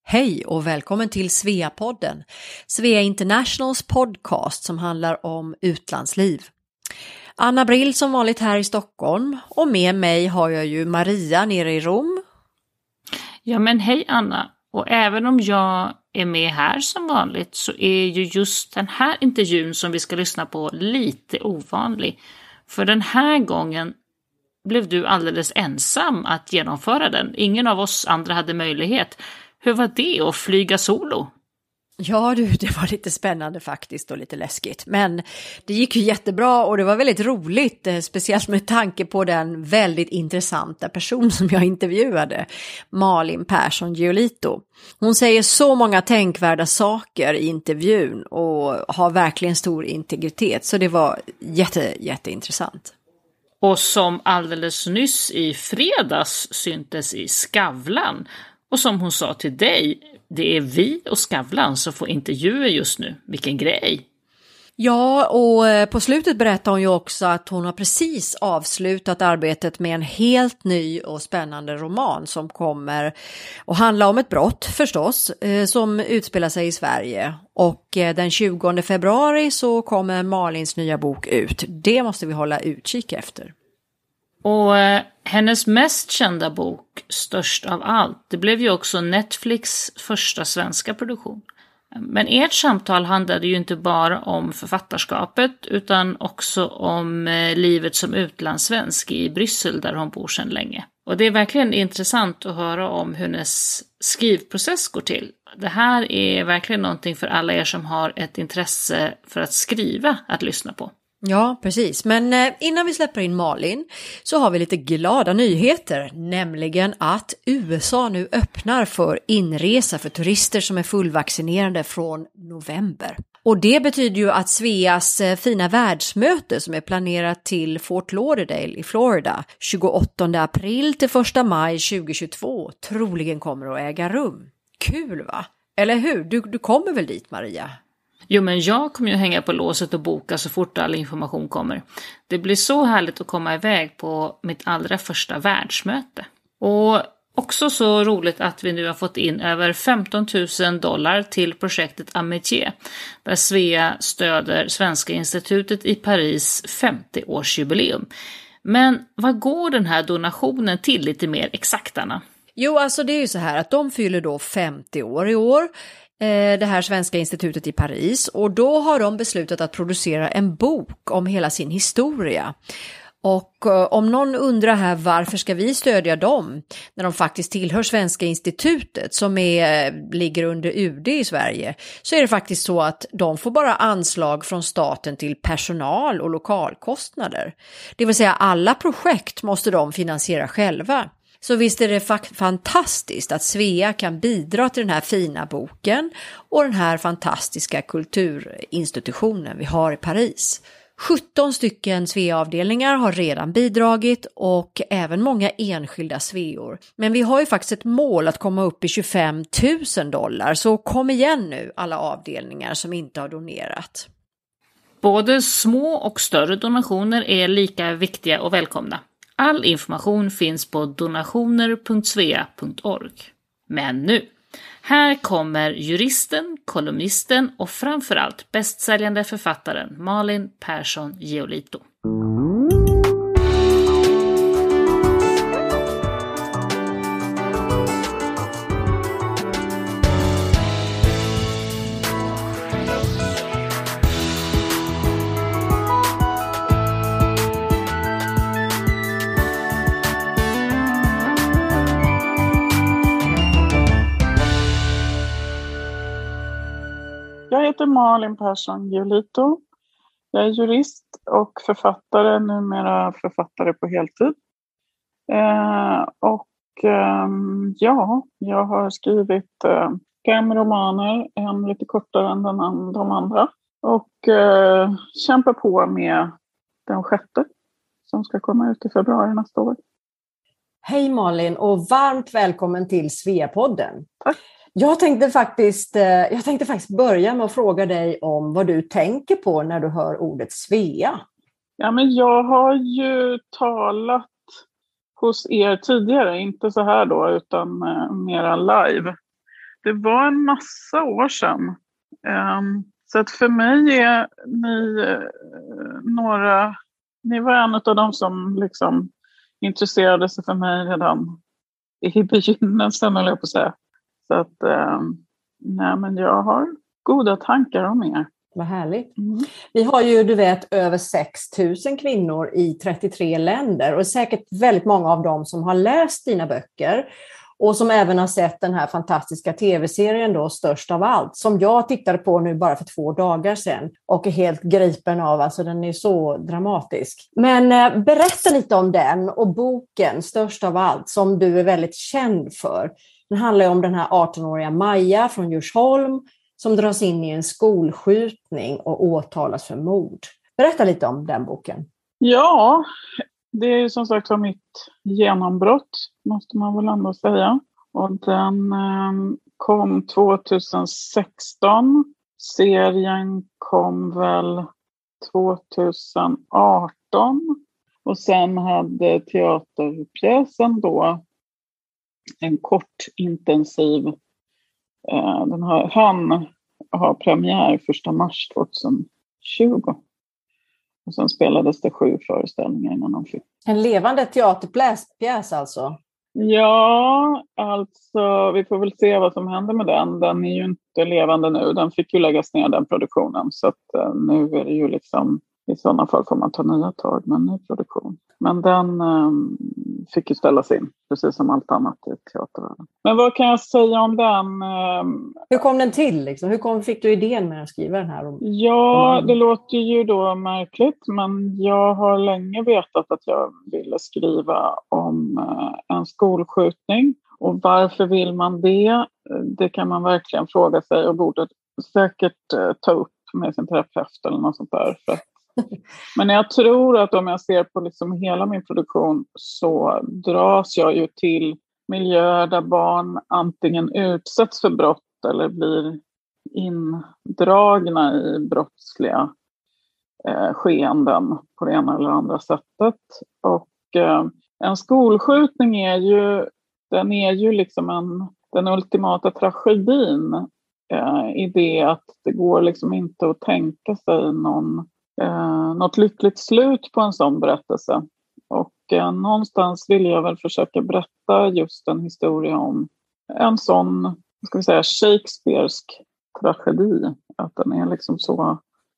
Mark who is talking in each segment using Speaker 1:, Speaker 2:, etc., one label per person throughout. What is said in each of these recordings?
Speaker 1: Hej och välkommen till Svea-podden, Svea Internationals podcast som handlar om utlandsliv. Anna Brill som vanligt här i Stockholm och med mig har jag ju Maria nere i Rom.
Speaker 2: Ja men hej Anna, och även om jag är med här som vanligt så är ju just den här intervjun som vi ska lyssna på lite ovanlig. För den här gången blev du alldeles ensam att genomföra den. Ingen av oss andra hade möjlighet. Hur var det att flyga solo?
Speaker 1: Ja du, det var lite spännande faktiskt och lite läskigt. Men det gick ju jättebra och det var väldigt roligt. Speciellt med tanke på den väldigt intressanta person som jag intervjuade. Malin Persson Giolito. Hon säger så många tänkvärda saker i intervjun och har verkligen stor integritet. Så det var jätteintressant.
Speaker 2: Och som alldeles nyss i fredags syntes i Skavlan. Och som hon sa till dig, det är vi och Skavlan som får intervjuer just nu. Vilken grej!
Speaker 1: Ja, och på slutet berättar hon ju också att hon har precis avslutat arbetet med en helt ny och spännande roman som kommer att handla om ett brott förstås, som utspelar sig i Sverige. Och den 20 februari så kommer Malins nya bok ut. Det måste vi hålla utkik efter.
Speaker 2: Och hennes mest kända bok, Störst av allt, det blev ju också Netflix första svenska produktion. Men ert samtal handlade ju inte bara om författarskapet utan också om livet som utlandssvensk i Bryssel där hon bor sedan länge. Och det är verkligen intressant att höra om hur hennes skrivprocess går till. Det här är verkligen någonting för alla er som har ett intresse för att skriva att lyssna på.
Speaker 1: Ja, precis. Men innan vi släpper in Malin så har vi lite glada nyheter, nämligen att USA nu öppnar för inresa för turister som är fullvaccinerade från november. Och det betyder ju att Sveas fina världsmöte som är planerat till Fort Lauderdale i Florida 28 april till 1 maj 2022 troligen kommer att äga rum. Kul va? Eller hur? Du kommer väl dit, Maria?
Speaker 2: Jo, men jag kommer ju hänga på låset och boka så fort all information kommer. Det blir så härligt att komma iväg på mitt allra första världsmöte. Och också så roligt att vi nu har fått in över $15,000 till projektet Amitié, där Svea stöder Svenska institutet i Paris 50-årsjubileum. Men vad går den här donationen till lite mer exakt, Anna?
Speaker 1: Jo, alltså det är ju så här att de fyller då 50 år i år. Det här Svenska institutet i Paris, och då har de beslutat att producera en bok om hela sin historia. Och om någon undrar här varför ska vi stödja dem när de faktiskt tillhör Svenska institutet som ligger under UD i Sverige, så är det faktiskt så att de får bara anslag från staten till personal och lokalkostnader. Det vill säga alla projekt måste de finansiera själva. Så visst är det fantastiskt att Svea kan bidra till den här fina boken och den här fantastiska kulturinstitutionen vi har i Paris. 17 stycken Svea-avdelningar har redan bidragit och även många enskilda Sveor. Men vi har ju faktiskt ett mål att komma upp i $25,000, så kom igen nu alla avdelningar som inte har donerat.
Speaker 2: Både små och större donationer är lika viktiga och välkomna. All information finns på donationer.svea.org. Men nu, här kommer juristen, kolumnisten och framförallt bästsäljande författaren Malin Persson Giolito.
Speaker 3: Jag heter Malin Persson Giolito. Jag är jurist och författare, numera författare på heltid. Jag har skrivit 5 romaner, en lite kortare än de andra. Och kämpar på med den 6:e som ska komma ut i februari nästa år.
Speaker 1: Hej Malin och varmt välkommen till Svea-podden.
Speaker 3: Tack.
Speaker 1: Jag tänkte faktiskt börja med att fråga dig om vad du tänker på när du hör ordet Svea.
Speaker 3: Ja, men jag har ju talat hos er tidigare, inte så här då utan mera live. Det var en massa år sedan. Så att för mig är ni var en av dem som liksom intresserade sig för mig redan i begynnelsen, eller jag på att säga. Så att nej, men jag har goda tankar om er.
Speaker 1: Vad härligt. Vi har ju, du vet, över 6 000 kvinnor i 33 länder och säkert väldigt många av dem som har läst dina böcker och som även har sett den här fantastiska tv-serien då, Störst av allt, som jag tittade på nu bara för 2 dagar sedan och är helt gripen av, alltså den är så dramatisk. Men berätta lite om den och boken Störst av allt som du är väldigt känd för. Den handlar ju om den här 18-åriga Maja från Djursholm som dras in i en skolskjutning och åtalas för mord. Berätta lite om den boken.
Speaker 3: Ja, det är ju som sagt mitt genombrott, måste man väl ändå säga. Och den kom 2016. Serien kom väl 2018. Och sen hade teaterpjäsen då en kort intensiv. Han har premiär 1 mars 2020. Och sen spelades det 7 föreställningar innan de fick.
Speaker 1: En levande teaterpjäs alltså?
Speaker 3: Ja, alltså vi får väl se vad som händer med den. Den är ju inte levande nu. Den fick ju läggas ner, den produktionen. Så att nu är det ju liksom, i sådana fall får man ta nya tag med en ny produktion. Men den fick ju ställas in, precis som allt annat i teatervärlden. Men vad kan jag säga om den?
Speaker 1: Hur kom den till? Liksom? Fick du idén med att skriva den här?
Speaker 3: Ja, det låter ju då märkligt, men jag har länge vetat att jag ville skriva om en skolskjutning. Och varför vill man det? Det kan man verkligen fråga sig och borde säkert ta upp med sin terapeut eller något sånt där. Men jag tror att om jag ser på liksom hela min produktion så dras jag ju till miljöer där barn antingen utsätts för brott eller blir indragna i brottsliga skeenden på det ena eller andra sättet. Och en skolskjutning är ju liksom den ultimata tragedin i det att det går liksom inte att tänka sig något lyckligt slut på en sån berättelse. Och någonstans vill jag väl försöka berätta just en historia om en sån, ska vi säga, Shakespearesk tragedi. Att den är liksom så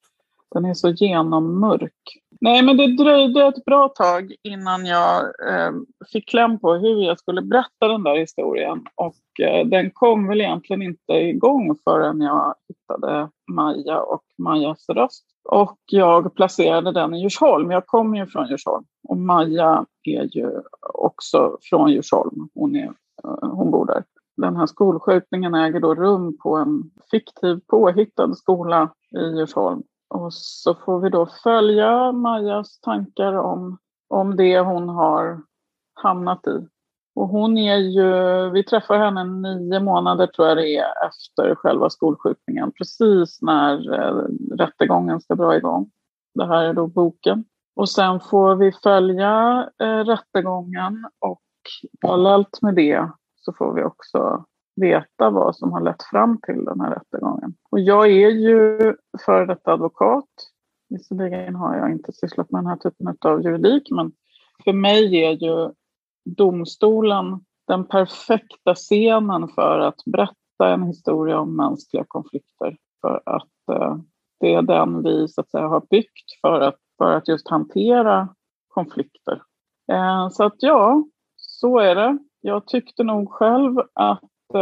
Speaker 3: genommörk. Nej, men det dröjde ett bra tag innan jag fick kläm på hur jag skulle berätta den där historien. Och den kom väl egentligen inte igång förrän jag hittade Maja och Majas röst. Och jag placerade den i Djursholm. Jag kommer ju från Djursholm. Och Maja är ju också från Djursholm. Hon bor där. Den här skolskjutningen äger då rum på en fiktiv påhittad skola i Djursholm. Och så får vi då följa Majas tankar om det hon har hamnat i. Och hon är ju, vi träffar henne 9 månader tror jag det är efter själva skolskjutningen. Precis när rättegången ska dra igång. Det här är då boken. Och sen får vi följa rättegången och parallellt med det så får vi också veta vad som har lett fram till den här rättegången. Och jag är ju före detta advokat. Visserligen har jag inte sysslat med den här typen av juridik, men för mig är ju domstolen den perfekta scenen för att berätta en historia om mänskliga konflikter. För att det är den vi så att säga har byggt för att just hantera konflikter. Så att ja, så är det. Jag tyckte nog själv att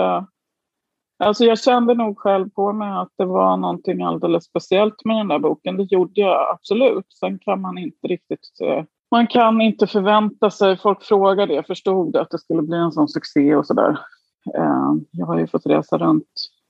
Speaker 3: alltså jag kände nog själv på mig att det var någonting alldeles speciellt med den där boken. Det gjorde jag absolut. Sen kan man inte riktigt... Man kan inte förvänta sig... Folk frågade det. Förstod att det skulle bli en sån succé och sådär. Jag har ju fått resa runt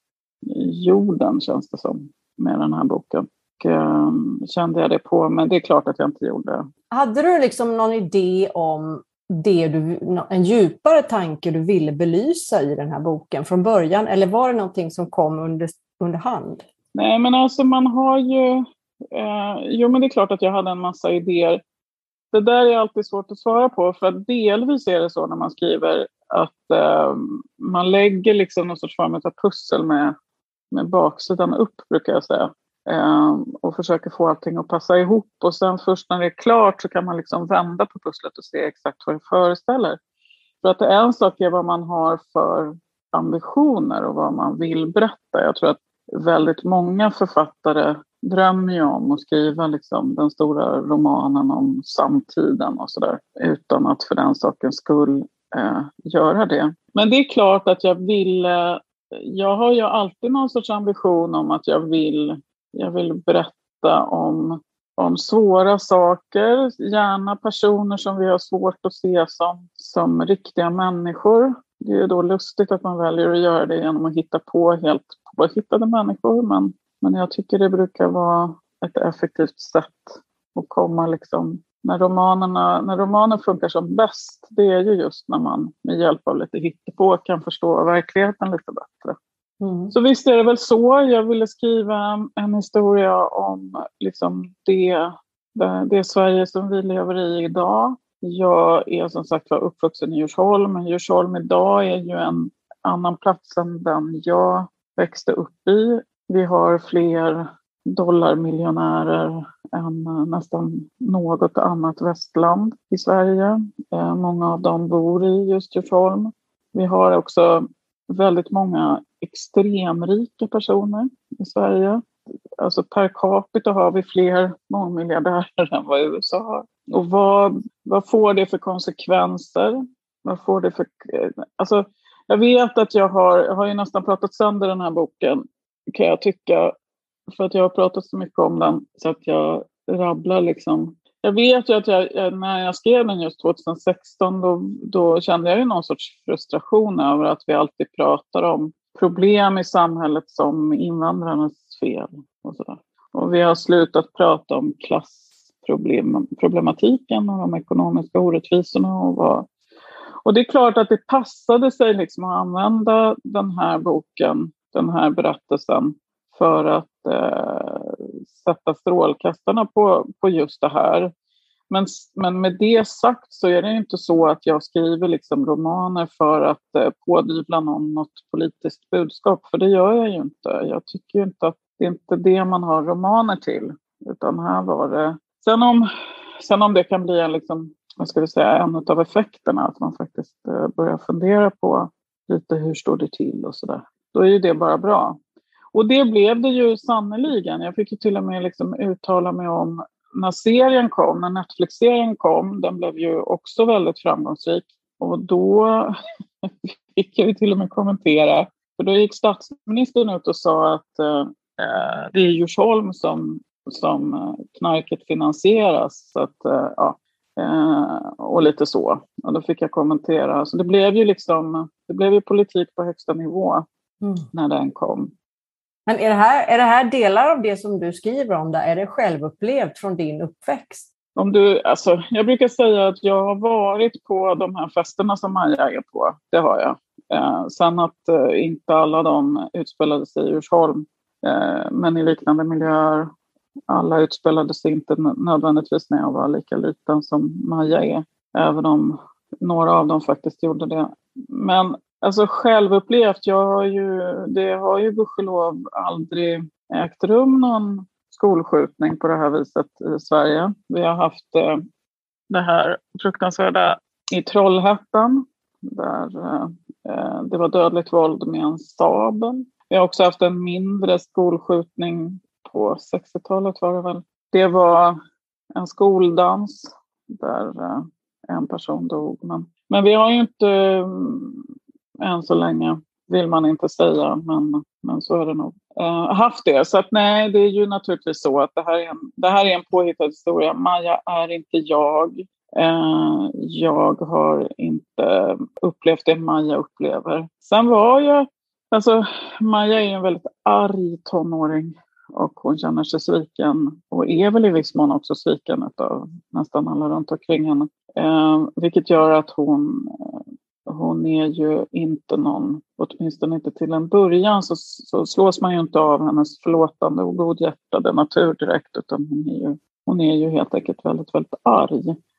Speaker 3: jorden, känns det som, med den här boken. Och kände jag det på, men det är klart att jag inte gjorde. Hade
Speaker 1: du liksom någon idé om en djupare tanke du ville belysa i den här boken från början? Eller var det någonting som kom under hand?
Speaker 3: Nej, men alltså man har ju... jo, men det är klart att jag hade en massa idéer. Det där är alltid svårt att svara på, för att delvis är det så när man skriver att man lägger liksom någon sorts form av pussel med baksidan upp, brukar jag säga. Och försöker få allting att passa ihop, och sen först när det är klart så kan man liksom vända på pusslet och se exakt vad det föreställer. För att det är en sak är vad man har för ambitioner och vad man vill berätta. Jag tror att väldigt många författare drömmer ju om att skriva liksom den stora romanen om samtiden och sådär, utan att för den sakens skull göra det. Men det är klart att jag har ju alltid någon sorts ambition om att jag vill berätta om svåra saker, gärna personer som vi har svårt att se som riktiga människor. Det är ju då lustigt att man väljer att göra det genom att hitta på helt påhittade människor, men jag tycker det brukar vara ett effektivt sätt att komma liksom, när romaner funkar som bäst, det är ju just när man med hjälp av lite hittepå kan förstå verkligheten lite bättre. Mm. Så visst är det väl så. Jag ville skriva en historia om liksom det Sverige som vi lever i idag. Jag är som sagt var uppvuxen i Djursholm. Men Djursholm idag är ju en annan plats än den jag växte upp i. Vi har fler dollarmiljonärer än nästan något annat västland i Sverige. Många av dem bor i just Djursholm. Vi har också väldigt många extremrika personer i Sverige. Alltså per capita har vi fler mångmiljardärer än vad USA har. Och vad får det för konsekvenser? Vad får det för... Alltså, jag vet att jag har ju nästan pratat sönder den här boken, kan jag tycka. För att jag har pratat så mycket om den så att jag rabblar liksom. Jag vet ju att när jag skrev den just 2016 då kände jag ju någon sorts frustration över att vi alltid pratar om problem i samhället som invandrarnas fel och sådär. Och vi har slutat prata om klassproblematiken och de ekonomiska orättvisorna och det är klart att det passade sig liksom att använda den här boken, den här berättelsen för att sätta strålkastarna på just det här. Men med det sagt så är det inte så att jag skriver liksom romaner för att pådyvla något politiskt budskap. För det gör jag ju inte. Jag tycker ju inte att det är inte det man har romaner till. Utan här var det... Sen om det kan bli liksom, en av effekterna, att man faktiskt börjar fundera på lite hur står det till och sådär. Då är ju det bara bra. Och det blev det ju sannoliken. Jag fick ju till och med liksom uttala mig om när Netflix-serien kom. Den blev ju också väldigt framgångsrik. Och då fick jag ju till och med kommentera. För då gick statsministern ut och sa att det är Djursholm som knarket finansieras. Så att, och lite så. Och då fick jag kommentera. Så det blev ju politik på högsta nivå när den kom.
Speaker 4: Men är det här delar av det som du skriver om där? Är det självupplevt från din uppväxt?
Speaker 3: Jag brukar säga att jag har varit på de här festerna som Maja är på. Det har jag. Sen att inte alla de utspelade sig i Djursholm. Men i liknande miljöer. Alla utspelade sig inte nödvändigtvis när jag var lika liten som Maja är. Även om några av dem faktiskt gjorde det. Men alltså självupplevt, det har ju gudskelov aldrig ägt rum någon skolskjutning på det här viset i Sverige. Vi har haft det här fruktansvärda i Trollhättan där det var dödligt våld med en sabel. Vi har också haft en mindre skolskjutning på 60-talet var det väl. Det var en skoldans där en person dog. Men vi har ju inte än så länge, vill man inte säga, men så är det nog, haft det. Så att nej, det är ju naturligtvis så att det här är en påhittad historia. Maja är inte jag. Jag har inte upplevt det Maja upplever. Sen Maja är en väldigt arg tonåring och hon känner sig sviken och är väl i viss mån också sviken av nästan alla runt omkring henne. Vilket gör att hon är ju inte någon, åtminstone inte till en början så slås man ju inte av hennes förlåtande och godhjärtade natur direkt, utan hon är ju helt enkelt väldigt, väldigt arg.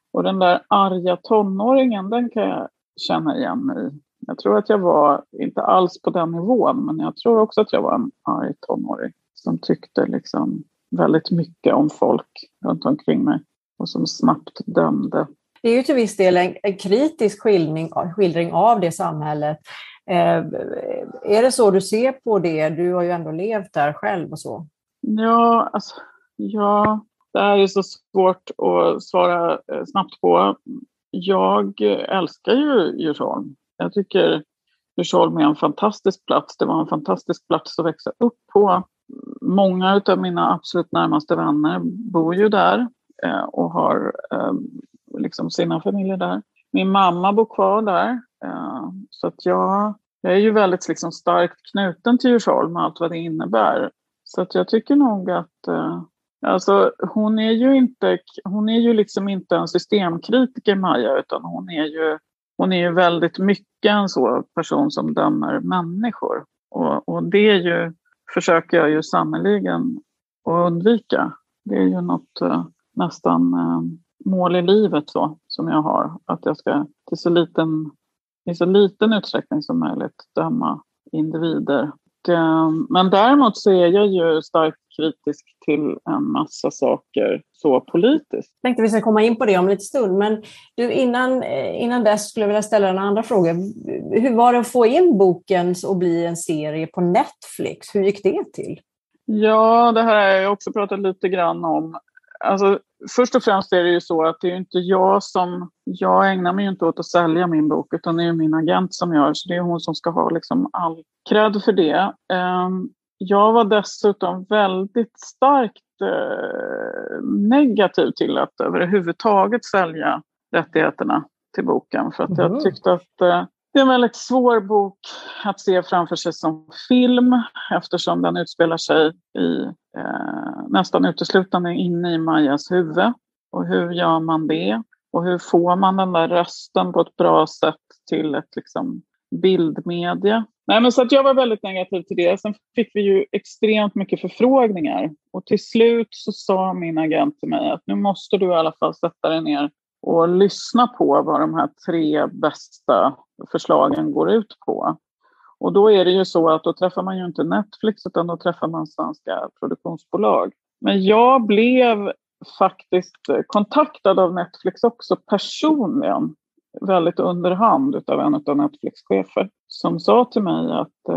Speaker 3: Och den där arga tonåringen, den kan jag känna igen i. Jag tror att jag var, inte alls på den nivån, men jag tror också att jag var en arg tonåring som tyckte liksom väldigt mycket om folk runt omkring mig och som snabbt dömde.
Speaker 4: Det är ju till viss del en kritisk skildring av det samhället. Är det så du ser på det? Du har ju ändå levt där själv och så.
Speaker 3: Ja, det här är så svårt att svara snabbt på. Jag älskar ju Djursholm. Jag tycker Djursholm är en fantastisk plats. Det var en fantastisk plats att växa upp på. Många av mina absolut närmaste vänner bor ju där och har liksom sina familjer där. Min mamma bor kvar där. Så att jag är ju väldigt liksom starkt knuten till Djursholm och allt vad det innebär. Så att jag tycker nog att alltså, hon är ju liksom inte en systemkritiker, Maja, utan hon är ju väldigt mycket en så person som dömer människor. Och det försöker jag ju sannoliken att undvika. Det är ju något nästan mål i livet så, som jag har. Att jag ska i så liten utsträckning som möjligt döma individer. Men däremot så är jag ju starkt kritisk till en massa saker så politiskt.
Speaker 4: Jag tänkte vi ska komma in på det om lite stund, men du, innan dess skulle jag vilja ställa en andra fråga. Hur var det att få in boken och bli en serie på Netflix? Hur gick det till?
Speaker 3: Ja, det här har jag också pratat lite grann om. Alltså, först och främst är det ju så att det är inte jag ägnar mig inte åt att sälja min bok, utan det är min agent som gör, så det är hon som ska ha liksom all cred för det. Jag var dessutom väldigt starkt negativ till att överhuvudtaget sälja rättigheterna till boken, för att jag tyckte att det är en väldigt svår bok att se framför sig som film, eftersom den utspelar sig nästan uteslutande inne i Majas huvud. Och hur gör man det? Och hur får man den där rösten på ett bra sätt till ett liksom bildmedia? Nej, men så att jag var väldigt negativ till det. Sen fick vi ju extremt mycket förfrågningar. Och till slut så sa min agent till mig att nu måste du i alla fall sätta dig ner och lyssna på vad de här 3 bästa förslagen går ut på. Och då är det ju så att då träffar man ju inte Netflix, utan då träffar man svenska produktionsbolag. Men jag blev faktiskt kontaktad av Netflix också personligen, väldigt underhand utav en av Netflix-chefer, som sa till mig att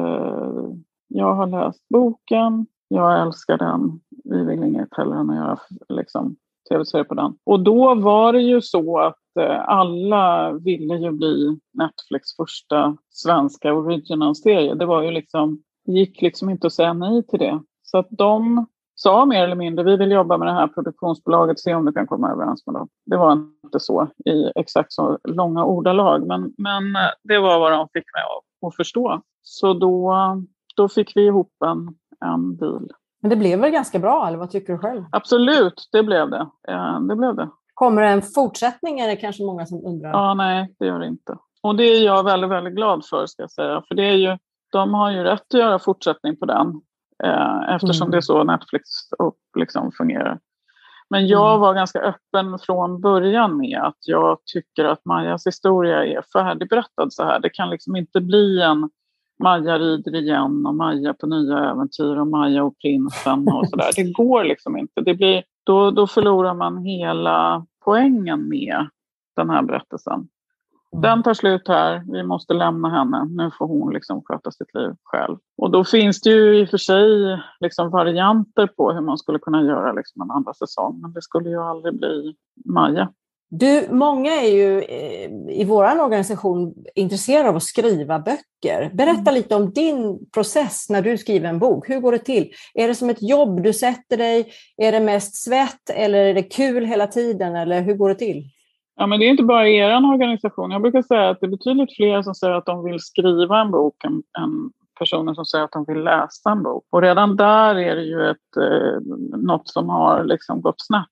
Speaker 3: jag har läst boken, jag älskar den, vi vill inget hellre än att göra liksom tv-serie på den. Och då var det ju så att alla ville ju bli Netflix första svenska originalserie. Det gick liksom inte att säga nej till det. Så att de sa mer eller mindre, vi vill jobba med det här produktionsbolaget, se om du kan komma överens med dem. Det var inte så i exakt så långa ordalag, men det var vad de fick mig att förstå. Så då fick vi ihop en deal.
Speaker 4: Men det blev väl ganska bra, eller vad tycker du själv?
Speaker 3: Absolut, det blev det. Det blev det.
Speaker 4: Kommer det en fortsättning, är det kanske många som undrar?
Speaker 3: Ja, nej, det gör det inte. Och det är jag väldigt, väldigt glad för, ska jag säga. För det är ju, de har ju rätt att göra fortsättning på den. Eftersom det är så Netflix liksom fungerar. Men jag var ganska öppen från början med att jag tycker att Majas historia är färdigberättad så här. Det kan liksom inte bli en Maja rider igen och Maja på nya äventyr och Maja och prinsen och sådär. Det går liksom inte. Det blir, då förlorar man hela poängen med den här berättelsen. Den tar slut här, vi måste lämna henne. Nu får hon liksom sköta sitt liv själv. Och då finns det ju i och för sig liksom varianter på hur man skulle kunna göra liksom en andra säsong. Men det skulle ju aldrig bli Maja.
Speaker 4: Många är ju i vår organisation intresserade av att skriva böcker. Berätta lite om din process när du skriver en bok. Hur går det till? Är det som ett jobb du sätter dig? Är det mest svett eller är det kul hela tiden? Eller hur går det till?
Speaker 3: Ja, men det är inte bara er organisation. Jag brukar säga att det är betydligt fler som säger att de vill skriva en bok än personer som säger att de vill läsa en bok. Och redan där är det ju något som har liksom gått snabbt.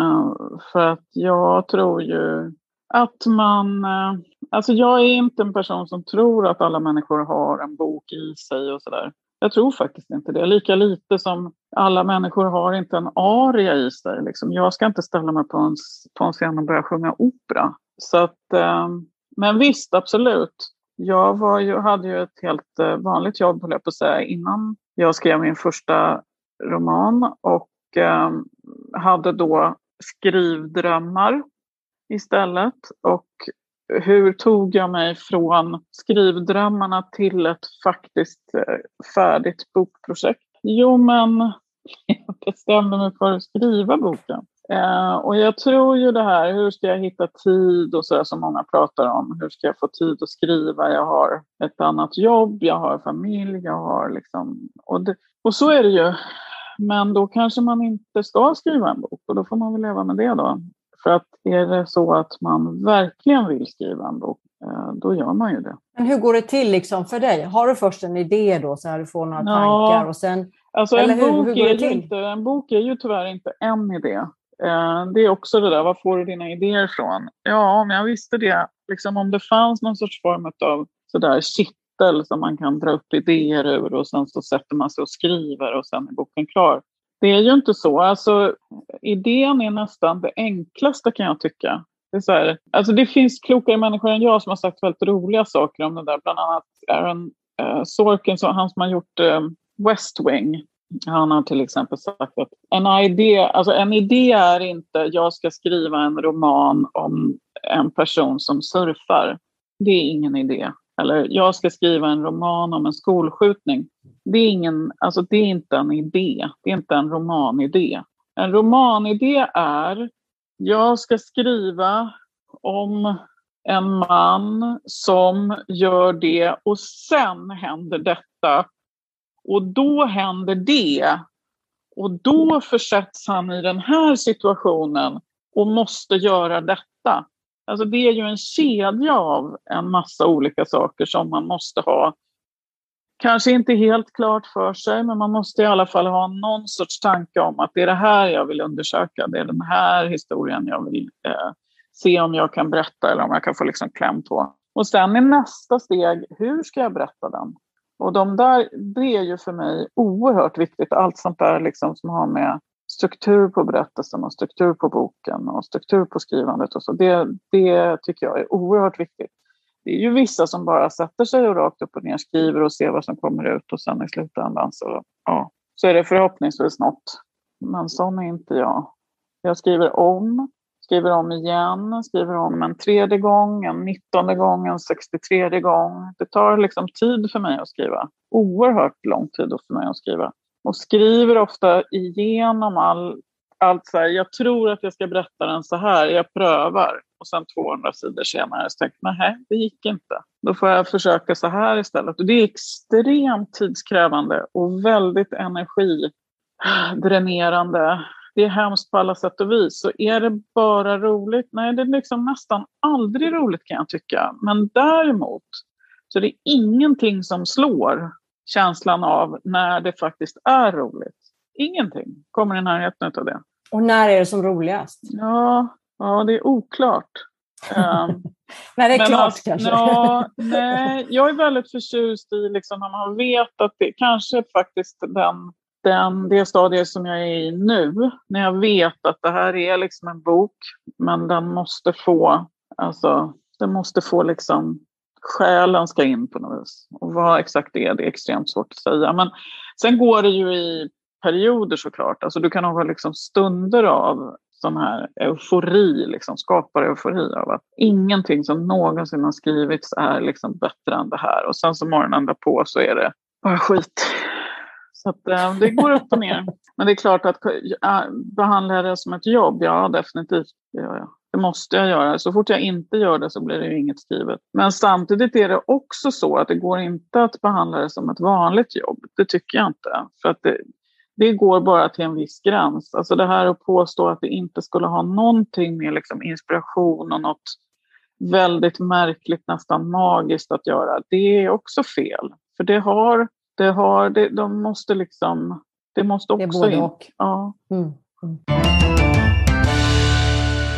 Speaker 3: För att jag tror ju att alltså jag är inte en person som tror att alla människor har en bok i sig och sådär. Jag tror faktiskt inte det. Lika lite som alla människor har inte en aria i sig. Liksom. Jag ska inte ställa mig på en scen och börja sjunga opera. Så att, men visst, absolut. Jag hade ju ett helt vanligt jobb, höll jag på att säga, innan jag skrev min första roman. Och hade då skrivdrömmar istället. Och hur tog jag mig från skrivdrömmarna till ett faktiskt färdigt bokprojekt? Jo, men jag bestämde mig för att skriva boken. Och jag tror ju det här, hur ska jag hitta tid och så som många pratar om. Hur ska jag få tid att skriva? Jag har ett annat jobb, jag har familj, jag har liksom... Och så är det ju. Men då kanske man inte ska skriva en bok och då får man väl leva med det då. För att är det så att man verkligen vill skriva en bok, då gör man ju det.
Speaker 4: Men hur går det till liksom för dig? Har du först en idé då så här du får några tankar och sen...
Speaker 3: Alltså
Speaker 4: eller
Speaker 3: en bok är ju tyvärr inte en idé. Det är också det där, var får du dina idéer från? Ja, om jag visste det, liksom om det fanns någon sorts form av sådär kittel som man kan dra upp idéer ur och sen så sätter man sig och skriver och sen är boken klar. Det är ju inte så. Alltså, idén är nästan det enklaste kan jag tycka. Det är så här, alltså det finns klokare människor än jag som har sagt väldigt roliga saker om det där. Bland annat Aaron Sorkin, han som har gjort West Wing. Han har till exempel sagt att en idé är inte jag ska skriva en roman om en person som surfar. Det är ingen idé. Eller jag ska skriva en roman om en skolskjutning. Det är inte en idé. Det är inte en romanidé. En romanidé är jag ska skriva om en man som gör det och sen händer detta. Och då händer det. Och då försätts han i den här situationen och måste göra detta. Alltså det är ju en kedja av en massa olika saker som man måste ha. Kanske inte helt klart för sig, men man måste i alla fall ha någon sorts tanke om att det är det här jag vill undersöka. Det är den här historien jag vill se om jag kan berätta eller om jag kan få liksom kläm på. Och sen är nästa steg, hur ska jag berätta den? Och det är ju för mig oerhört viktigt. Allt sånt där liksom som har med struktur på berättelsen och struktur på boken och struktur på skrivandet och så. Det tycker jag är oerhört viktigt. Det är ju vissa som bara sätter sig och rakt upp och ner skriver och ser vad som kommer ut och sen i slutändan så är det förhoppningsvis något. Men sån är inte jag. Jag skriver om igen, skriver om en 3:e gång, en 19:e gång, en 63:e gång. Det tar liksom tid för mig att skriva. Oerhört lång tid för mig att skriva. Och skriver ofta igenom allt så här. Jag tror att jag ska berätta den så här. Jag prövar. Och sen 200 sidor senare så tänker jag, nej, det gick inte. Då får jag försöka så här istället. Och det är extremt tidskrävande och väldigt energidränerande. Det är hemskt på alla sätt och vis. Så är det bara roligt? Nej, det är liksom nästan aldrig roligt kan jag tycka. Men däremot så är det ingenting som slår känslan av när det faktiskt är roligt. Ingenting kommer i närheten av det.
Speaker 4: Och när är det som roligast?
Speaker 3: Ja, det är oklart.
Speaker 4: När det är klart kanske.
Speaker 3: Nej, jag är väldigt förtjust i liksom, när man vet att det kanske faktiskt det stadiet som jag är i nu. När jag vet att det här är liksom en bok. Men den måste få liksom själen ska in på något vis. Och vad exakt det är extremt svårt att säga. Men sen går det ju i perioder såklart. Alltså du kan ha liksom stunder av sån här eufori, liksom skapar eufori av att ingenting som någonsin har skrivits är liksom bättre än det här. Och sen så morgonen därpå så är det bara skit. Så att det går upp och ner. Men det är klart att behandla det som ett jobb, ja definitivt det gör jag. Det måste jag göra. Så fort jag inte gör det så blir det ju inget skrivet. Men samtidigt är det också så att det går inte att behandla det som ett vanligt jobb. Det tycker jag inte. För att det går bara till en viss gräns. Alltså det här att påstå att det inte skulle ha någonting med liksom inspiration och något väldigt märkligt, nästan magiskt att göra. Det är också fel. För det måste också
Speaker 4: det är både
Speaker 3: in.
Speaker 4: Och.
Speaker 3: Ja.
Speaker 4: Mm.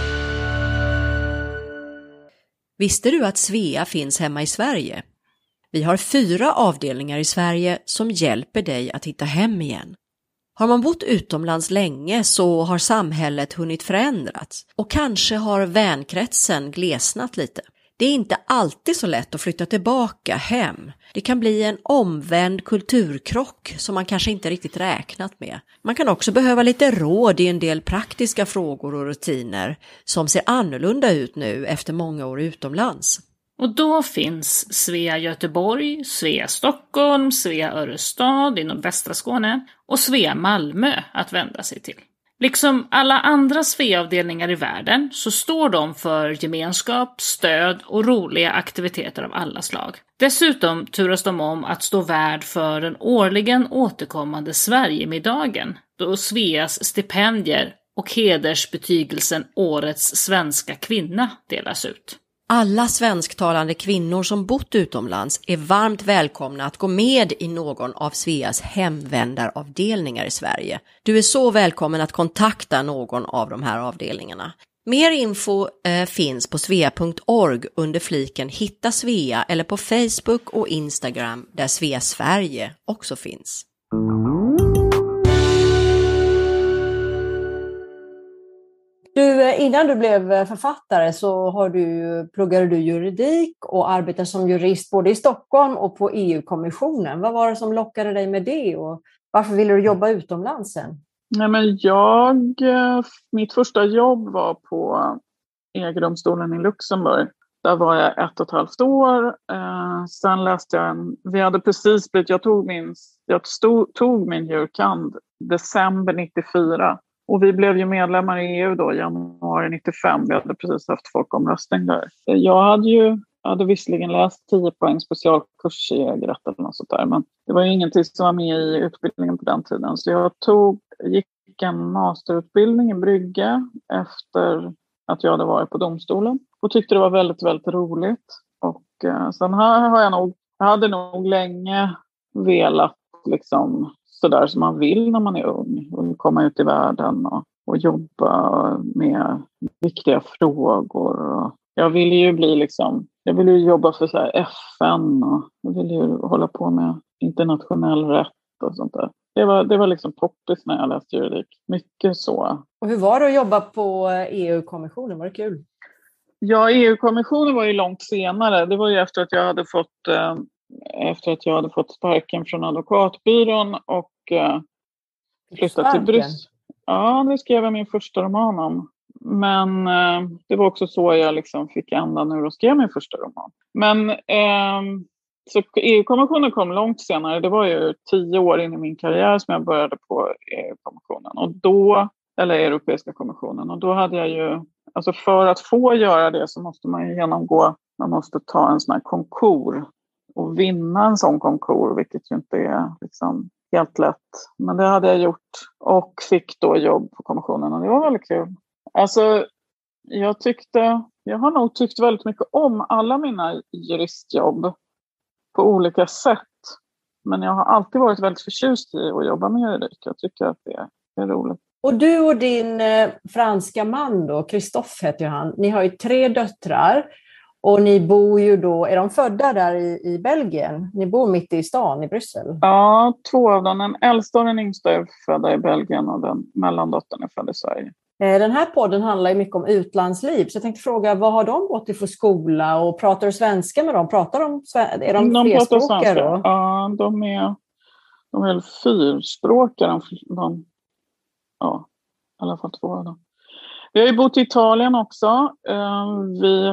Speaker 1: Visste du att Svea finns hemma i Sverige? Vi har 4 avdelningar i Sverige som hjälper dig att hitta hem igen. Har man bott utomlands länge så har samhället hunnit förändrats och kanske har vänkretsen glesnat lite. Det är inte alltid så lätt att flytta tillbaka hem. Det kan bli en omvänd kulturkrock som man kanske inte riktigt räknat med. Man kan också behöva lite råd i en del praktiska frågor och rutiner som ser annorlunda ut nu efter många år utomlands.
Speaker 2: Och då finns Svea Göteborg, Svea Stockholm, Svea Örestad inom västra Skåne och Svea Malmö att vända sig till. Liksom alla andra Svea-avdelningar i världen så står de för gemenskap, stöd och roliga aktiviteter av alla slag. Dessutom turas de om att stå värd för den årligen återkommande Sverigemiddagen, då Sveas stipendier och hedersbetygelsen Årets svenska kvinna delas ut.
Speaker 1: Alla svensktalande kvinnor som bott utomlands är varmt välkomna att gå med i någon av Sveas hemvändaravdelningar i Sverige. Du är så välkommen att kontakta någon av de här avdelningarna. Mer info finns på svea.org under fliken Hitta Svea eller på Facebook och Instagram där Svea Sverige också finns.
Speaker 4: Du, innan du blev författare så pluggade du juridik och arbetade som jurist både i Stockholm och på EU-kommissionen. Vad var det som lockade dig med det och varför ville du jobba utomlands sen?
Speaker 3: Nej, men mitt första jobb var på EG-domstolen i Luxemburg. Där var jag 1,5 år. Sen läste jag tog min jurkand december 94. Och vi blev ju medlemmar i EU då, januari 95. Vi hade precis haft folkomröstning där. Jag hade visserligen läst 10 poäng specialkurs i EG-rätt eller något sånt där. Men det var ju ingenting som var med i utbildningen på den tiden. Så jag gick en masterutbildning i Brygge efter att jag hade varit på domstolen. Och tyckte det var väldigt, väldigt roligt. Och sen jag hade nog länge velat liksom sådär som man vill när man är ung. Och komma ut i världen och jobba med viktiga frågor. Och jag ville ju jobba för så här FN och jag ville ju hålla på med internationell rätt och sånt där. Det var liksom poppis när jag läste juridik. Mycket så.
Speaker 4: Och hur var det att jobba på EU-kommissionen? Var det kul?
Speaker 3: Ja, EU-kommissionen var ju långt senare. Det var ju efter att jag hade fått sparken från advokatbyrån och flyttat till Bryssel. Ja, nu skrev jag min första roman om. Men det var också så jag liksom fick ändan ur och skrev min första roman. Men så EU-kommissionen kom långt senare. Det var ju 10 år in i min karriär som jag började på EU-kommissionen. Eller Europeiska kommissionen. Och då hade jag ju, alltså för att få göra det så måste man ju man måste ta en sån här konkur och vinna en sån konkur, vilket ju inte är liksom helt lätt. Men det hade jag gjort och fick då jobb på kommissionen och det var väldigt kul. Alltså jag har nog tyckt väldigt mycket om alla mina juristjobb på olika sätt. Men jag har alltid varit väldigt förtjust i att jobba med juridik. Jag tycker att det är roligt.
Speaker 4: Och du och din franska man då, Christophe heter han, ni har ju 3 döttrar och ni bor ju då, är de födda där i Belgien? Ni bor mitt i stan i Bryssel?
Speaker 3: Ja, 2 av dem. Den äldsta och den yngsta är födda i Belgien och den mellandottern är född i Sverige. Den här podden handlar ju mycket om utlandsliv, så jag tänkte fråga, vad har de gått i för skola och pratar du svenska med dem? Är de flerspråkare då? Ja, de är väl 4-språkare. Ja, i alla fall 2 av dem. Vi har ju bott i Italien också. Det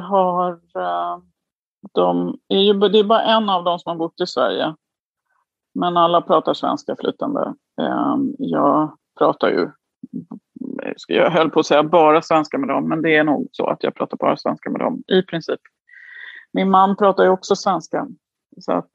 Speaker 3: är bara en av dem som har bott i Sverige. Men alla pratar svenska flytande. Jag pratar ju, jag höll på att säga bara svenska med dem. Men det är nog så att jag pratar bara svenska med dem i princip. Min man pratar ju också svenska. Så att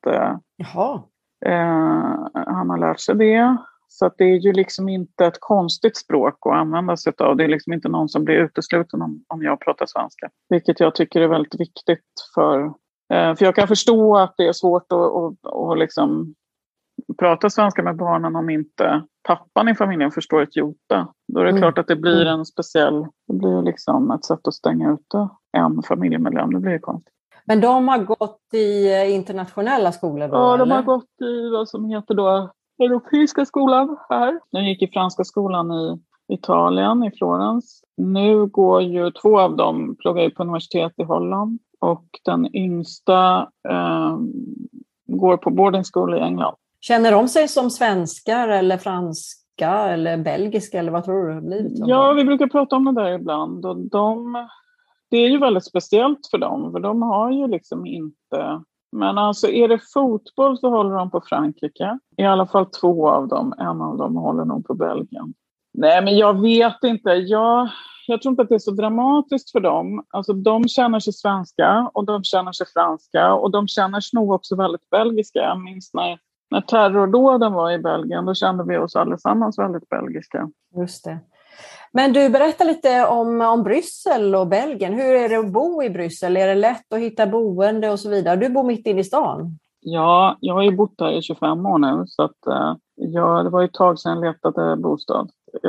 Speaker 3: han har lärt sig det. Så att det är ju liksom inte ett konstigt språk att använda sig av. Det är liksom inte någon som blir utesluten om jag pratar svenska. Vilket jag tycker är väldigt viktigt för jag kan förstå att det är svårt att liksom prata svenska med barnen om inte pappan i familjen förstår ett jota. Då är det klart att det blir det blir liksom ett sätt att stänga ute en familjemedlem. Det blir ju konstigt.
Speaker 4: Men de har gått i internationella skolor då?
Speaker 3: Ja, de
Speaker 4: eller?
Speaker 3: har gått i vad som heter då Europeiska skolan här. De gick i franska skolan i Italien, i Florens. Nu går ju 2 av dem, pluggar på universitet i Holland. Och den yngsta går på boarding school i England.
Speaker 4: Känner de sig som svenskar eller franska eller belgiska eller vad tror du det har blivit?
Speaker 3: Ja, vi brukar prata om det där ibland. Och det är ju väldigt speciellt för dem, för de har ju liksom inte... Men alltså är det fotboll så håller de på Frankrike. I alla fall 2 av dem. En av dem håller nog på Belgien. Nej, men jag vet inte. Jag tror inte att det är så dramatiskt för dem. Alltså de känner sig svenska och de känner sig franska. Och de känner sig nog också väldigt belgiska. Jag minns när terrordåden var i Belgien, då kände vi oss allesammans väldigt belgiska.
Speaker 4: Just det. Men du, berättar lite om Bryssel och Belgien. Hur är det att bo i Bryssel? Är det lätt att hitta boende och så vidare? Du bor mitt inne i stan.
Speaker 3: Ja, jag har ju bott där i 25 år nu. Så att, det var ju ett tag sedan jag letade bostad.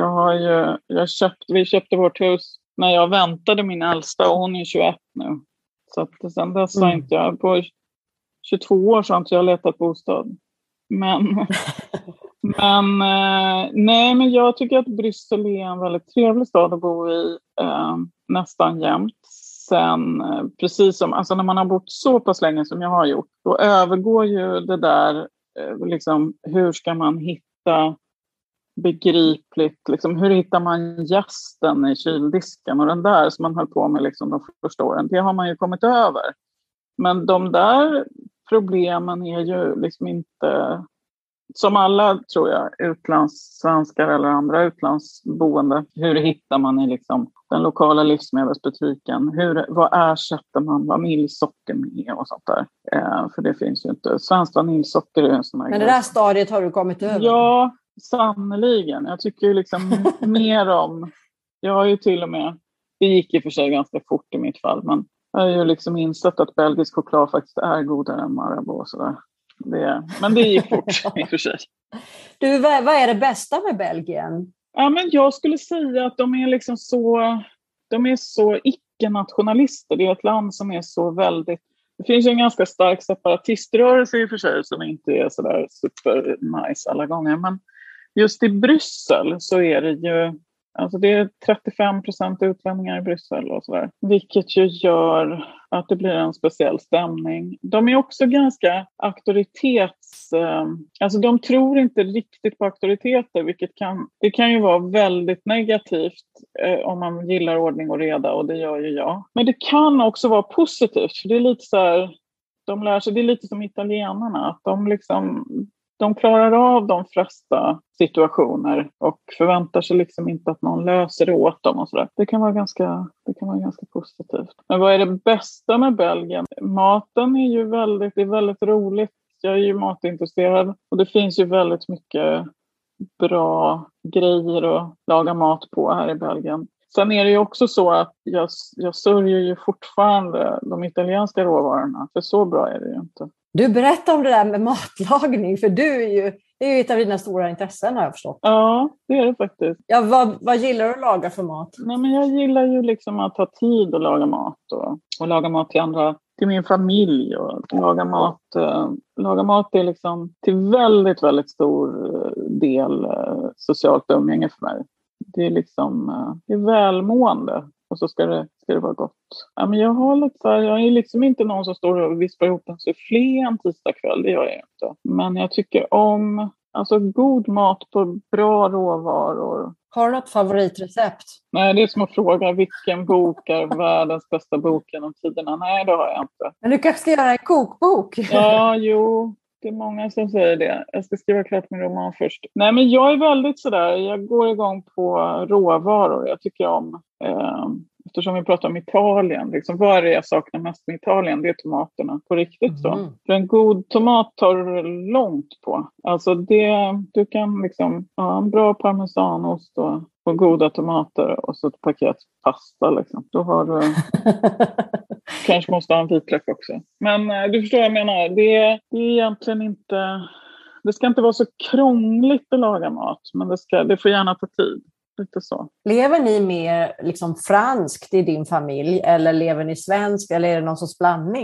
Speaker 3: Vi köpte vårt hus när jag väntade min äldsta och hon är 21 nu. Så att sen dess har inte jag, på 22 år så har inte jag letat bostad. Men men jag tycker att Bryssel är en väldigt trevlig stad att bo i nästan jämt. Sen precis som, alltså när man har bott så pass länge som jag har gjort, då övergår ju det där liksom, hur ska man hitta begripligt, liksom, hur hittar man gästen i kyldisken och den där som man höll på med liksom, de första åren, det har man ju kommit över. Men de där problemen är ju liksom inte, som alla tror jag, utlandssvenskar eller andra utlandsboende, hur hittar man i liksom den lokala livsmedelsbutiken, vad ersätter man vaniljsocker med och sånt där, för det finns ju inte, svenskt vaniljsocker är en sån här.
Speaker 4: Men det där stadiet har du kommit över?
Speaker 3: Ja, sannoliken. Jag tycker ju liksom mer om, jag har ju till och med, det gick i och för sig ganska fort i mitt fall, men jag har ju liksom insett att belgisk choklad faktiskt är godare än Marabou och sådär. Men det gick fort i och för sig.
Speaker 4: Du, vad är det bästa med Belgien?
Speaker 3: Ja, men jag skulle säga att de är liksom de är så icke-nationalister. Det är ett land som är så väldigt, det finns ju en ganska stark separatiströrelse i och för sig som inte är sådär super nice alla gånger. Men just i Bryssel så är det ju, alltså det är 35% utlänningar i Bryssel och sådär. Vilket ju gör att det blir en speciell stämning. De är också ganska alltså de tror inte riktigt på auktoriteter, vilket det kan ju vara väldigt negativt om man gillar ordning och reda, och det gör ju jag. Men det kan också vara positivt, för det är lite så här, de lär sig, det är lite som italienarna, att de klarar av de flesta situationer och förväntar sig liksom inte att någon löser det åt dem och sådär. Det kan vara ganska positivt. Men vad är det bästa med Belgien? Maten är ju väldigt roligt. Jag är ju matintresserad och det finns ju väldigt mycket bra grejer att laga mat på här i Belgien. Sen är det ju också så att jag sörjer ju fortfarande de italienska råvarorna, för så bra är det ju inte.
Speaker 4: Du berättar om det där med matlagning, för det är ju ett av dina stora intressen har jag förstått.
Speaker 3: Ja, det är det faktiskt.
Speaker 4: Ja, vad gillar du att laga för mat?
Speaker 3: Nej, men jag gillar ju liksom att ha tid att laga mat och laga mat till min familj, och laga mat är liksom till väldigt, väldigt stor del socialt umgänge för mig. Det är liksom, det är välmående. Och så ska det vara gott. Ja, men jag är liksom inte någon som står och vispar ihop en soufflé en tisdagkväll. Det gör jag inte. Men jag tycker om god mat på bra råvaror.
Speaker 4: Har du något favoritrecept?
Speaker 3: Nej, det är som att fråga vilken bok är världens bästa bok genom tiderna. Nej, det har jag inte.
Speaker 4: Men du kanske ska göra en kokbok?
Speaker 3: Ja, jo. Det är många som säger det. Jag ska skriva klart min roman först. Nej, men jag är väldigt sådär. Jag går igång på råvaror. Jag tycker om, eftersom vi pratar om Italien. Liksom, vad är det jag saknar mest med Italien? Det är tomaterna på riktigt så. För en god tomat tar du långt på. Alltså du kan liksom ha en bra parmesanost och goda tomater och så ett paket pasta liksom. Då har du... Kanske måste ha en vitlök också. Men du förstår vad jag menar. Det är egentligen inte... Det ska inte vara så krångligt att laga mat. Men det får gärna ta tid. Lite så.
Speaker 4: Lever ni mer liksom franskt i din familj? Eller lever ni svenskt? Eller är det någon sorts blandning?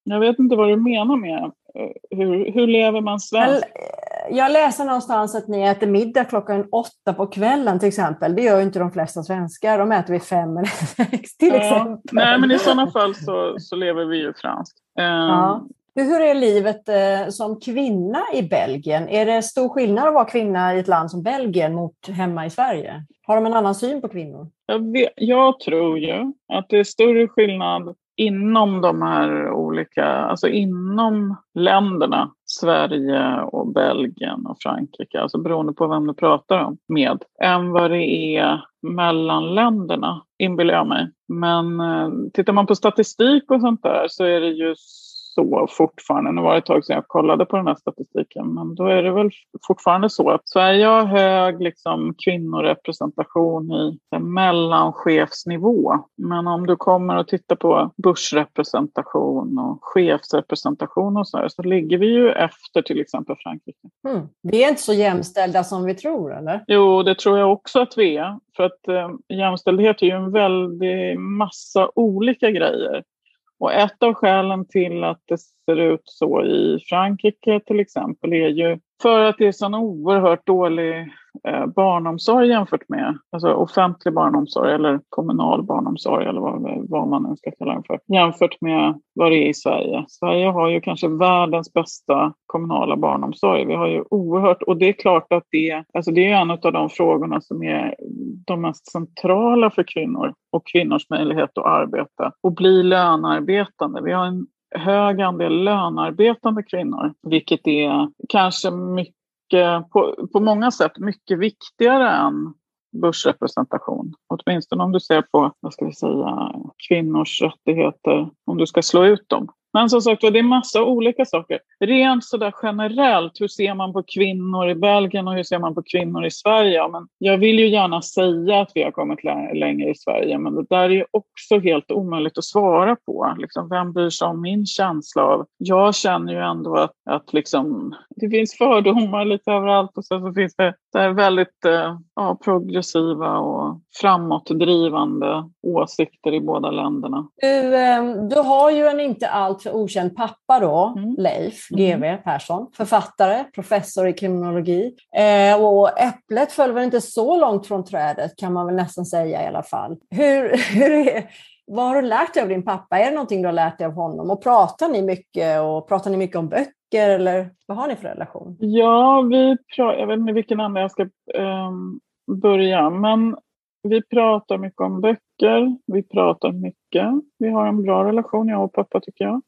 Speaker 3: Jag vet inte vad du menar med hur lever man svenskt?
Speaker 4: Jag läser någonstans att ni äter middag 8:00 på kvällen till exempel. Det gör ju inte de flesta svenskar. De äter vid 5 eller 6 till exempel.
Speaker 3: Nej, men i sådana fall så lever vi ju franskt.
Speaker 4: Ja. Hur är livet som kvinna i Belgien? Är det stor skillnad att vara kvinna i ett land som Belgien mot hemma i Sverige? Har de en annan syn på kvinnor?
Speaker 3: Jag tror ju att det är större skillnad inom de här olika, alltså inom länderna, Sverige och Belgien och Frankrike, alltså beroende på vem du pratar om med, än vad det är mellan länderna, inbillar jag mig. Men tittar man på statistik och sånt där så är det ju så fortfarande, nu var det ett tag sedan jag kollade på den här statistiken, men då är det väl fortfarande så att Sverige har hög liksom kvinnorepresentation i mellanchefsnivå. Men om du kommer och tittar på börsrepresentation och chefsrepresentation och så ligger vi ju efter till exempel Frankrike.
Speaker 4: Vi är inte så jämställda som vi tror, eller?
Speaker 3: Jo, det tror jag också att vi är. För att jämställdhet är ju en väldig massa olika grejer. Och ett av skälen till att det ser ut så i Frankrike till exempel är ju för att det är sån oerhört dålig barnomsorg jämfört med alltså offentlig barnomsorg eller kommunal barnomsorg eller vad man nu ska kalla den för. Jämfört med vad det är i Sverige. Sverige har ju kanske världens bästa kommunala barnomsorg. Vi har ju oerhört, och det är klart att det är en av de frågorna som är de mest centrala för kvinnor och kvinnors möjlighet att arbeta och bli lönearbetande. Vi har en hög andel lönearbetande kvinnor, vilket är kanske mycket på många sätt mycket viktigare än börsrepresentation. Åtminstone om du ser på, kvinnors rättigheter, om du ska slå ut dem. Men som sagt, det är massa olika saker. Rent sådär generellt, hur ser man på kvinnor i Belgien och hur ser man på kvinnor i Sverige? Ja, men jag vill ju gärna säga att vi har kommit längre i Sverige, men det där är ju också helt omöjligt att svara på. Liksom, vem bryr sig om min känsla av? Jag känner ju ändå att liksom, det finns fördomar lite överallt och så finns det där väldigt progressiva och framåtdrivande åsikter i båda länderna.
Speaker 4: Du har ju en inte allt för okänd pappa då, Leif GW Persson, författare, professor i kriminologi. Och äpplet föll väl inte så långt från trädet kan man väl nästan säga i alla fall. Vad har du lärt dig av din pappa? Är det någonting du har lärt dig av honom? Och pratar ni mycket om böcker eller vad har ni för relation?
Speaker 3: Ja, jag vet inte vilken ända jag ska börja, men vi pratar mycket om böcker, vi pratar mycket. Vi har en bra relation, jag och pappa tycker jag.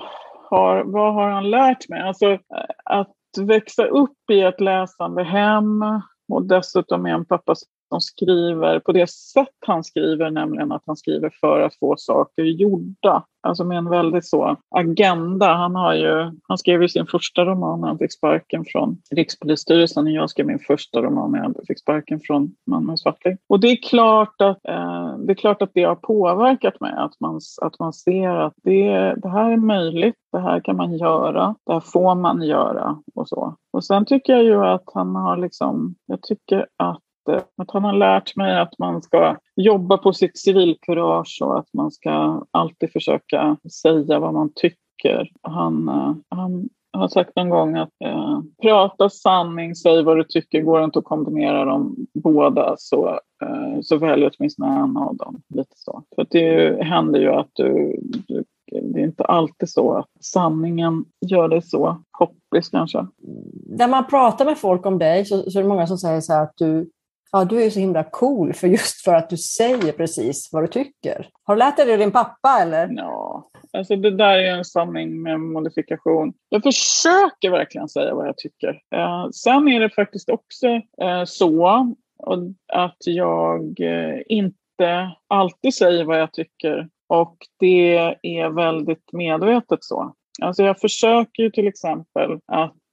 Speaker 3: Vad har han lärt mig? Alltså att växa upp i ett läsande hem och dessutom är en pappa som skriver på det sätt han skriver, nämligen att han skriver för att få saker gjorda. Alltså med en väldigt så agenda. Han skrev ju sin första roman när han fick sparken från Rikspolisstyrelsen och jag skrev min första roman när jag fick sparken från Malmö Svartling. Och det är klart att det har påverkat mig. Att man ser att det här är möjligt, det här kan man göra, det här får man göra och så. Och sen tycker jag ju att han har att han har lärt mig att man ska jobba på sitt civilkurage och att man ska alltid försöka säga vad man tycker. Han har sagt någon gång att prata sanning, säg vad du tycker, går inte att kombinera dem båda så välj åtminstone en av dem. Lite så. För det händer ju att det är inte alltid så att sanningen gör det så hoppis kanske.
Speaker 4: När man pratar med folk om dig så är det många som säger så här att du är så himla cool för att du säger precis vad du tycker. Har du lärt dig det av din pappa eller? Ja,
Speaker 3: alltså det där är en sanning med modifikation. Jag försöker verkligen säga vad jag tycker. Sen är det faktiskt också så att jag inte alltid säger vad jag tycker. Och det är väldigt medvetet så. Alltså jag försöker ju till exempel att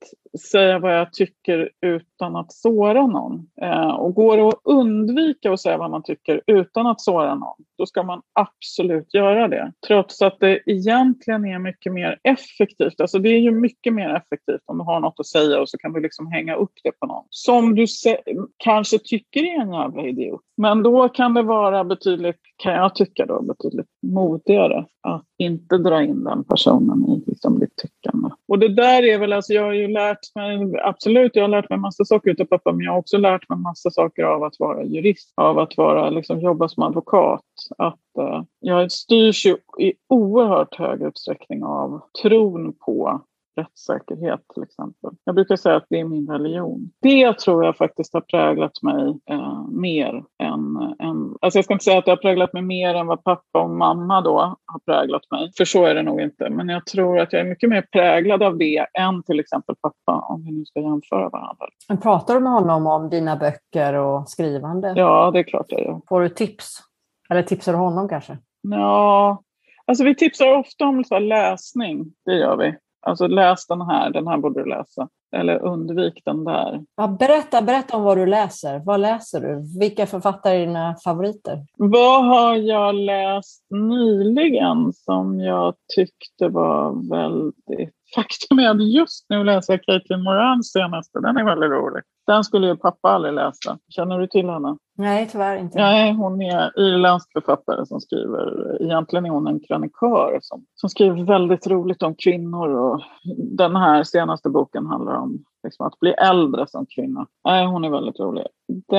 Speaker 3: säga vad jag tycker utan att såra någon. Och går det att undvika att säga vad man tycker utan att såra någon, då ska man absolut göra det. Trots att det egentligen är mycket mer effektivt. Alltså det är ju mycket mer effektivt om du har något att säga och så kan du liksom hänga upp det på någon. Som du kanske tycker är en jävla idiot. Men då kan det vara betydligt, kan jag tycka då, betydligt modigare att inte dra in den personen i liksom ditt tyckande. Och det där är väl, alltså jag har ju lärt mig, absolut jag har lärt mig massa saker utav pappa, men jag har också lärt mig massa saker av att vara jurist, av att vara, liksom jobba som advokat. Att jag styrs ju i oerhört hög utsträckning av tron på rättssäkerhet till exempel. Jag brukar säga att det är min religion. Det tror jag faktiskt har präglat mig mer än... Alltså jag ska inte säga att det har präglat mig mer än vad pappa och mamma då har präglat mig. För så är det nog inte. Men jag tror att jag är mycket mer präglad av det än till exempel pappa, om vi nu ska jämföra varandra.
Speaker 4: Men pratar du med honom om dina böcker och skrivande?
Speaker 3: Ja, det är klart jag gör.
Speaker 4: Får du tips? Eller tipsar du honom kanske?
Speaker 3: Ja, alltså vi tipsar ofta om så här läsning. Det gör vi. Alltså läs den här borde du läsa. Eller undvik den där.
Speaker 4: Ja, berätta om vad du läser. Vad läser du? Vilka författare är dina favoriter?
Speaker 3: Vad har jag läst nyligen som jag tyckte var väldigt... Faktum är att just nu läser jag Caitlin Morans senaste. Den är väldigt rolig. Den skulle ju pappa aldrig läsa. Känner du till henne?
Speaker 4: Nej, tyvärr inte.
Speaker 3: Nej, hon är irländsk författare som skriver, egentligen är hon en krönikör som skriver väldigt roligt om kvinnor, och den här senaste boken handlar om liksom att bli äldre som kvinna. Nej, hon är väldigt rolig.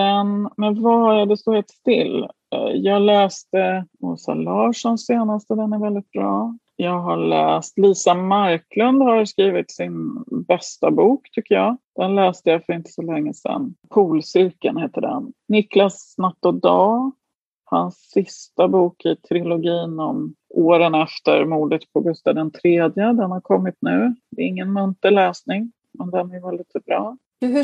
Speaker 3: Men vad har jag, det står helt still. Jag läste Åsa Larssons senaste, den är väldigt bra. Jag har läst Lisa Marklund har skrivit sin bästa bok tycker jag. Den läste jag för inte så länge sedan. Polcirkeln heter den. Niklas Natt och dag. Hans sista bok i trilogin om åren efter mordet på Gustav III. Den har kommit nu. Det är ingen munter läsning, men den är väldigt bra.
Speaker 4: Hur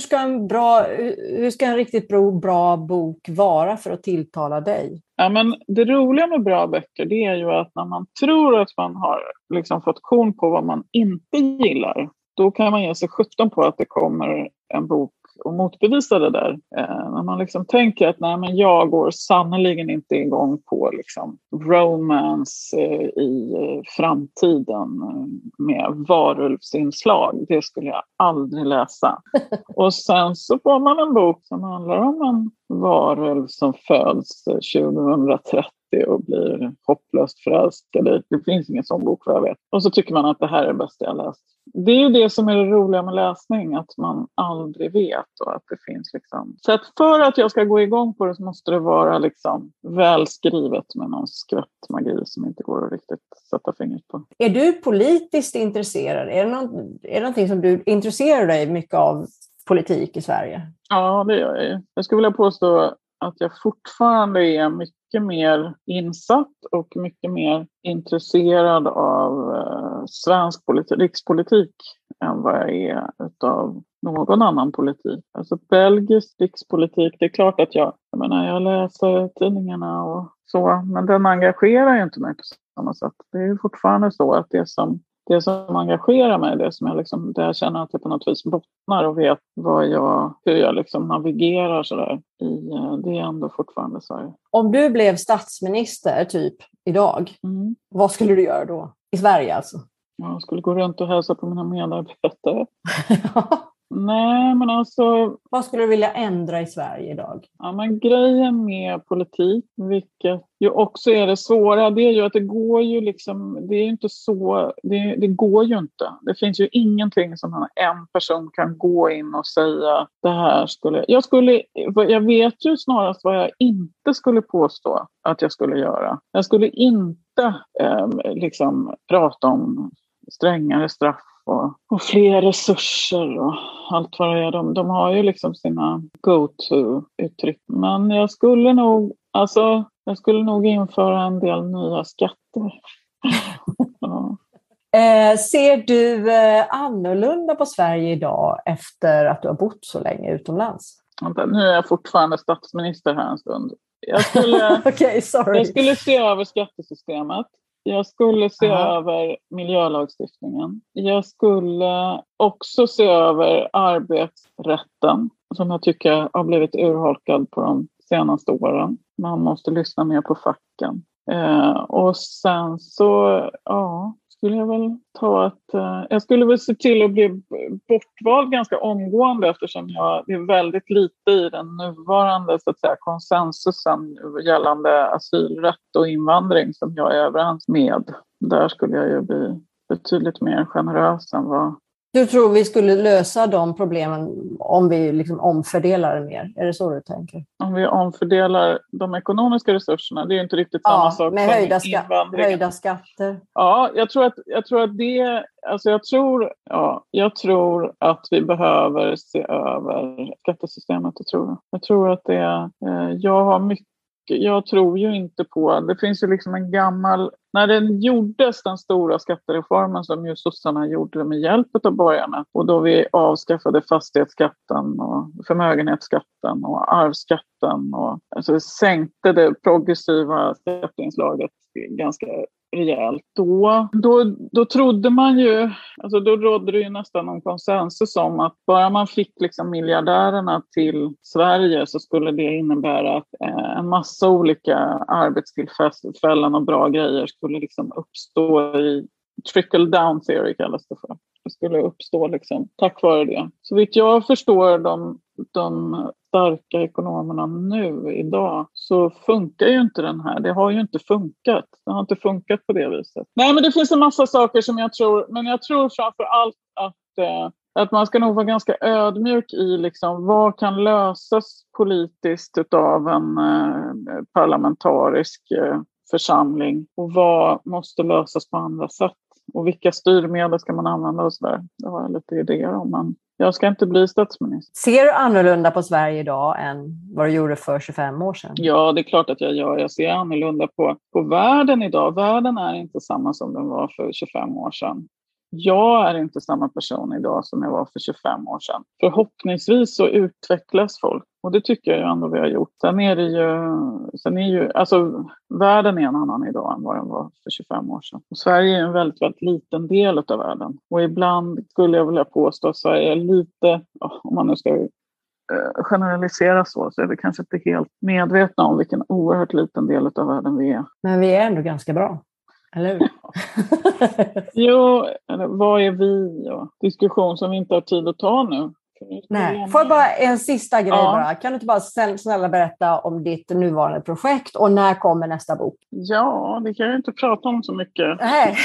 Speaker 4: ska en riktigt bra bok vara för att tilltala dig?
Speaker 3: Ja, men det roliga med bra böcker, det är ju att när man tror att man har liksom fått kon på vad man inte gillar, då kan man ge sig 17 på att det kommer en bok och motbevisa det där. När man liksom tänker att nej, men jag går sannoliken inte igång på liksom romance i framtiden med varulvsinslag. Det skulle jag aldrig läsa. Och sen så får man en bok som handlar om en varulv som föds 2030 och blir hopplöst förälskad. Det finns ingen sån bok vad jag vet. Och så tycker man att det här är det bästa jag läst. Det är ju det som är det roliga med läsning, att man aldrig vet och att det finns liksom. Så att för att jag ska gå igång på det så måste det vara liksom välskrivet med någon skvättmagi som inte går att riktigt sätta fingret på.
Speaker 4: Är du politiskt intresserad? Är det någonting som du intresserar dig mycket av, politik i Sverige?
Speaker 3: Ja, det gör jag ju. Jag skulle vilja påstå att jag fortfarande är mycket mer insatt och mycket mer intresserad av svensk rikspolitik än vad jag är utav någon annan politik. Alltså belgisk rikspolitik, det är klart att jag läser tidningarna och så, men den engagerar ju inte mig på samma sätt. Det är ju fortfarande så att det som engagerar mig, det som jag liksom, där jag känner att jag på något vis bottnar och vet hur jag liksom navigerar sådär det är ändå fortfarande Sverige.
Speaker 4: Om du blev statsminister typ idag, vad skulle du göra då? I Sverige alltså?
Speaker 3: Jag skulle gå runt och hälsa på mina medarbetare. Nej, men alltså... Vad
Speaker 4: skulle du vilja ändra i Sverige idag?
Speaker 3: Ja, men grejen med politik, vilket ju också är det svåra, det är ju att det går ju liksom... Det är ju inte så... Det går ju inte. Det finns ju ingenting som en person kan gå in och säga det här skulle... Jag vet ju snarast vad jag inte skulle påstå att jag skulle göra. Jag skulle inte liksom prata om strängare straff och fler resurser och allt vad det är. De har ju liksom sina go-to-uttryck. Men jag skulle nog införa en del nya skatter. Ja.
Speaker 4: Ser du annorlunda på Sverige idag efter att du har bott så länge utomlands?
Speaker 3: Nu är jag fortfarande statsminister här en stund. Jag skulle se över skattesystemet. Jag skulle se över miljölagstiftningen. Jag skulle också se över arbetsrätten som jag tycker har blivit urholkad på de senaste åren. Man måste lyssna mer på facken. Och sen så, skulle jag väl jag skulle väl se till att bli bortvald ganska omgående eftersom det är väldigt lite i den nuvarande så att säga, konsensusen gällande asylrätt och invandring som jag är överens med. Där skulle jag ju bli betydligt mer generös än vad...
Speaker 4: Du tror vi skulle lösa de problemen om vi liksom omfördelar det mer? Är det så du tänker?
Speaker 3: Om vi omfördelar de ekonomiska resurserna, det är ju inte riktigt samma sak
Speaker 4: med höjda skatter.
Speaker 3: Ja, jag tror att vi behöver se över skattesystemet. Jag tror att det jag tror ju inte på, det finns ju liksom en gammal, när den gjordes den stora skattereformen som ju sossarna gjorde med hjälp av borgarna och då vi avskaffade fastighetsskatten och förmögenhetsskatten och arvsskatten och alltså sänkte det progressiva skatteinslaget ganska rejält. Då trodde man ju, alltså då rådde det ju nästan någon konsensus om att bara man fick liksom miljardärerna till Sverige så skulle det innebära att en massa olika arbetstillfällen och bra grejer skulle liksom uppstå i trickle down theory kallas det för. Det skulle uppstå liksom tack vare det. Så vitt jag förstår de starka ekonomerna nu idag så funkar ju inte den här. Det har ju inte funkat. Det har inte funkat på det viset. Nej, men det finns en massa saker som jag tror, men jag tror framför allt att man ska nog vara ganska ödmjuk i liksom, vad kan lösas politiskt av en parlamentarisk församling och vad måste lösas på andra sätt. Och vilka styrmedel ska man använda och sådär. Det har jag lite idéer om, men jag ska inte bli statsminister.
Speaker 4: Ser du annorlunda på Sverige idag än vad du gjorde för 25 år sedan?
Speaker 3: Ja, det är klart att jag gör. Jag ser annorlunda på världen idag. Världen är inte samma som den var för 25 år sedan. Jag är inte samma person idag som jag var för 25 år sedan. Förhoppningsvis så utvecklas folk. Och det tycker jag ju ändå vi har gjort. Sen är ju alltså världen är en annan idag än vad den var för 25 år sedan. Och Sverige är en väldigt, väldigt liten del av världen. Och ibland skulle jag vilja påstå att Sverige är lite, om man nu ska generalisera så är vi kanske inte helt medvetna om vilken oerhört liten del av världen vi är.
Speaker 4: Men vi är ändå ganska bra. Eller hur?
Speaker 3: Jo, vad är vi? Ja. Diskussion som vi inte har tid att ta nu.
Speaker 4: Nej, får jag bara en sista grej bara. Kan du inte bara snälla berätta om ditt nuvarande projekt och när kommer nästa bok?
Speaker 3: Ja, det kan jag inte prata om så mycket.
Speaker 4: Nej.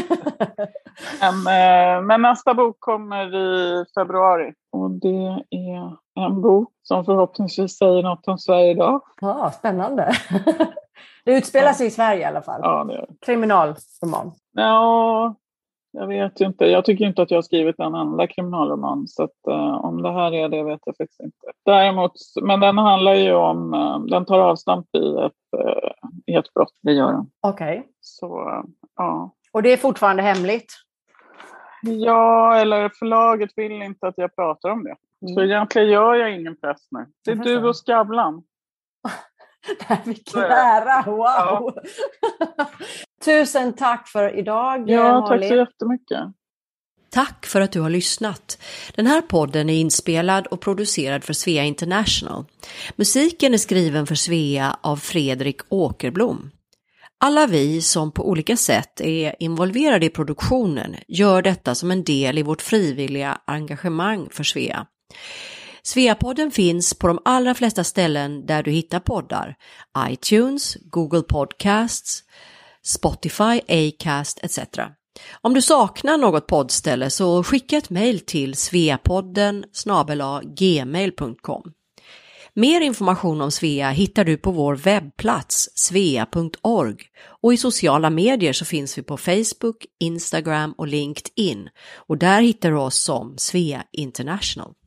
Speaker 3: Men nästa bok kommer i februari och det är en bok som förhoppningsvis säger något om Sverige idag.
Speaker 4: Ja, spännande. Det utspelar sig i Sverige i alla fall.
Speaker 3: Ja, det är det. Kriminalroman. Ja, jag vet ju inte. Jag tycker inte att jag har skrivit en enda kriminalroman. Så att, om det här är det vet jag faktiskt inte. Däremot, men den handlar ju om, den tar avstamp i ett brott. Det gör den.
Speaker 4: Okej.
Speaker 3: Så, ja.
Speaker 4: Och det är fortfarande hemligt?
Speaker 3: Ja, eller förlaget vill inte att jag pratar om det. Så egentligen gör jag ingen press nu. Det är du och Skavlan.
Speaker 4: Vilken ära, wow! Ja. Tusen tack för idag.
Speaker 3: Ja, tack så jättemycket.
Speaker 1: Tack för att du har lyssnat. Den här podden är inspelad och producerad för Svea International. Musiken är skriven för Svea av Fredrik Åkerblom. Alla vi som på olika sätt är involverade i produktionen gör detta som en del i vårt frivilliga engagemang för Svea. Sveapodden finns på de allra flesta ställen där du hittar poddar. iTunes, Google Podcasts, Spotify, Acast etc. Om du saknar något poddställe så skicka ett mejl till sveapodden@gmail.com. Mer information om Svea hittar du på vår webbplats svea.org och i sociala medier så finns vi på Facebook, Instagram och LinkedIn och där hittar du oss som Svea International.